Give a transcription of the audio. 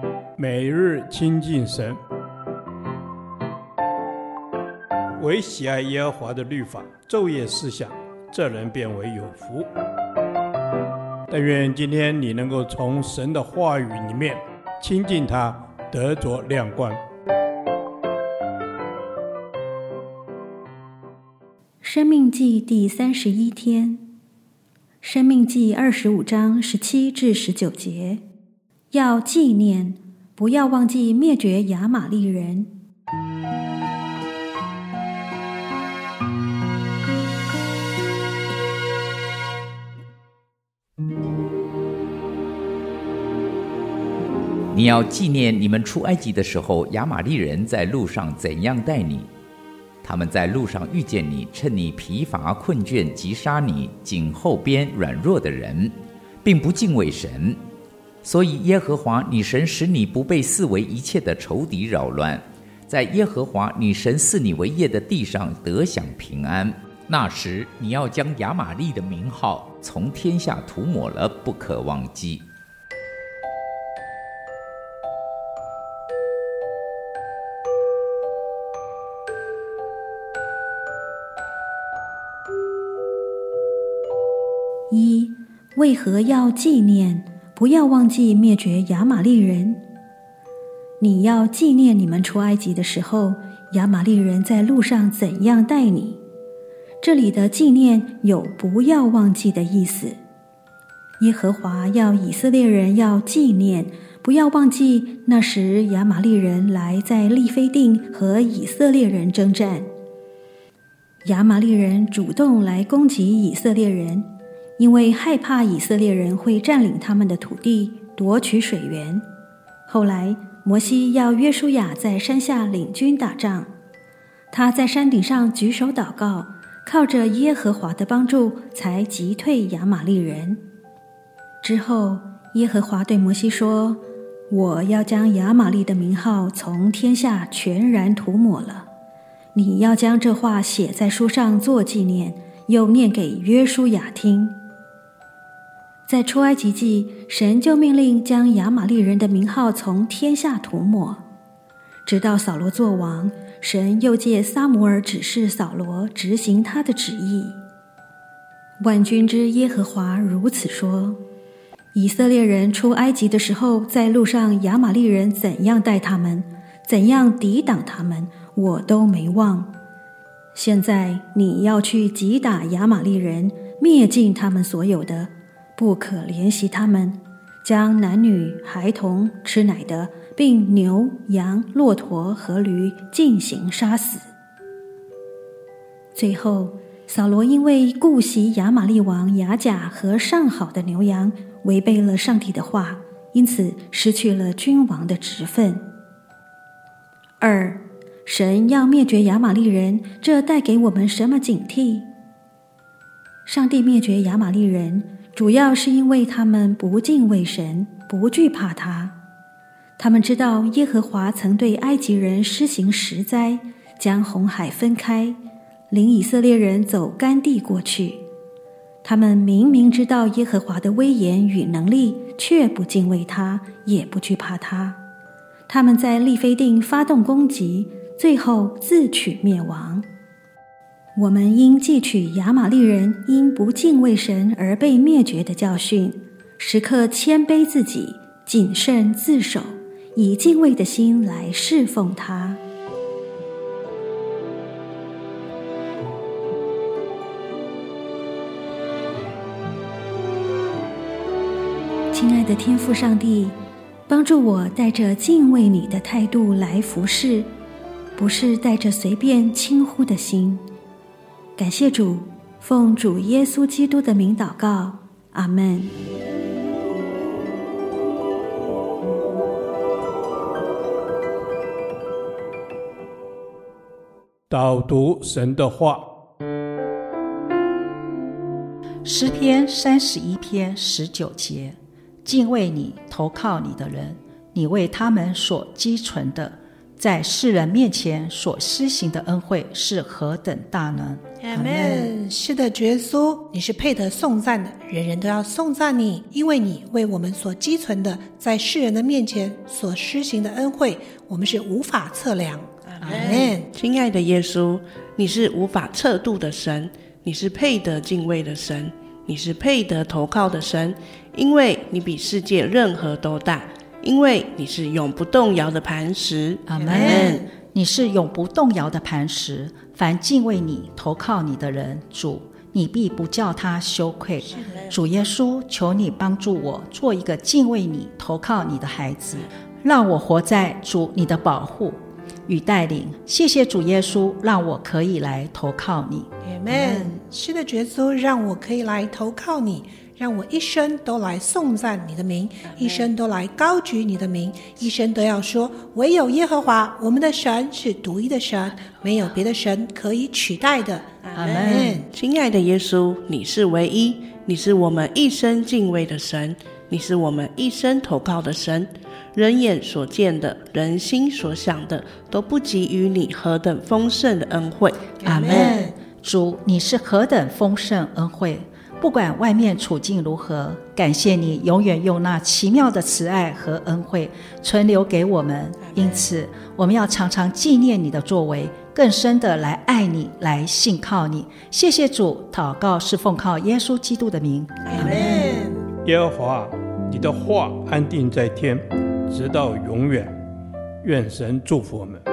每日亲近神，唯喜爱耶和华的律法，昼夜思想，这人变为有福。但愿今天你能够从神的话语里面亲近他，得着亮光。 申命记第31天，申命记25章17至19节，要纪念，不要忘记灭绝亚玛力人。 你要纪念你们出埃及的时候，亚玛力人在路上怎样待你。他们在路上遇见你，趁你疲乏困倦，击杀你颈后边软弱的人，并不敬畏神。所以耶和华你神使你不被四围一切的仇敌扰乱，在耶和华你神赐你为业的地上得享平安。那时你要将亚玛力的名号从天下涂抹了，不可忘记。 为何要纪念，不要忘记灭绝亚玛力人？你要纪念你们出埃及的时候，亚玛力人在路上怎样待你。这里的纪念有不要忘记的意思。耶和华要以色列人要纪念，不要忘记那时亚玛力人来在利非定和以色列人征战。亚玛力人主动来攻击以色列人，因为害怕以色列人会占领他们的土地，夺取水源。后来摩西要约书亚在山下领军打仗，他在山顶上举手祷告，靠着耶和华的帮助才击退亚玛力人。之后耶和华对摩西说，我要将亚玛力的名号从天下全然涂抹了，你要将这话写在书上做纪念，又念给约书亚听。在出埃及记，神就命令将亚玛力人的名号从天下涂抹。直到扫罗作王，神又借撒母耳指示扫罗执行他的旨意。万军之耶和华如此说，以色列人出埃及的时候，在路上亚玛力人怎样待他们，怎样抵挡他们，我都没忘。现在你要去击打亚玛力人，灭尽他们所有的，不可怜惜他们，将男女孩童吃奶的，并牛羊骆驼和驴尽行杀死。最后扫罗因为顾惜亚玛力王亚甲和上好的牛羊，违背了上帝的话，因此失去了君王的职分。2. 神要灭绝亚玛力人，这带给我们什么警惕？上帝灭绝亚玛力人，主要是因为他们不敬畏神，不惧怕他。他们知道耶和华曾对埃及人施行10灾，将红海分开，领以色列人走干地过去。他们明明知道耶和华的威严与能力，却不敬畏他，也不惧怕他。他们在利非定发动攻击，最后自取灭亡。我们应记取亚玛力人因不敬畏神而被灭绝的教训，时刻谦卑自己，谨慎自守，以敬畏的心来侍奉他。亲爱的天父上帝，帮助我带着敬畏你的态度来服侍，不是带着随便轻忽的心。感谢主，奉主耶稣基督的名祷告，阿们。 导读神的话。 诗篇31篇19节，敬畏你投靠你的人，你为他们所积存的， 在世人面前所施行的恩惠是何等大能。 阿们。是的，主耶稣，你是配得颂赞的，人人都要颂赞你，因为你为我们所积存的在世人的面前所施行的恩惠，我们是无法测量。阿们。 亲爱的耶稣，你是无法测度的神，你是配得敬畏的神，你是配得投靠的神，因为你比世界任何都大，因为你是永不动摇的磐石。 阿们。你是永不动摇的磐石，凡敬畏你投靠你的人，主你必不叫他羞愧。主耶稣，求你帮助我做一个敬畏你投靠你的孩子，让我活在主你的保护与带领。谢谢主耶稣，让我可以来投靠你。 阿们。是的，主耶稣，让我可以来投靠你，让我一生都来颂赞你的名，一生都来高举你的名，一生都要说唯有耶和华我们的神是独一的神，没有别的神可以取代的。 阿们。 亲爱的耶稣，你是唯一，你是我们一生敬畏的神，你是我们一生投靠的神，人眼所见的，人心所想的，都不及于你何等丰盛的恩惠。 阿们。主，你是何等丰盛恩惠，不管外面处境如何，感谢你永远用那奇妙的慈爱和恩惠存留给我们。因此我们要常常纪念你的作为，更深的来爱你，来信靠你。谢谢主，祷告是奉靠耶稣基督的名。 阿们。 耶和华，你的话安定在天，直到永远。愿神祝福我们。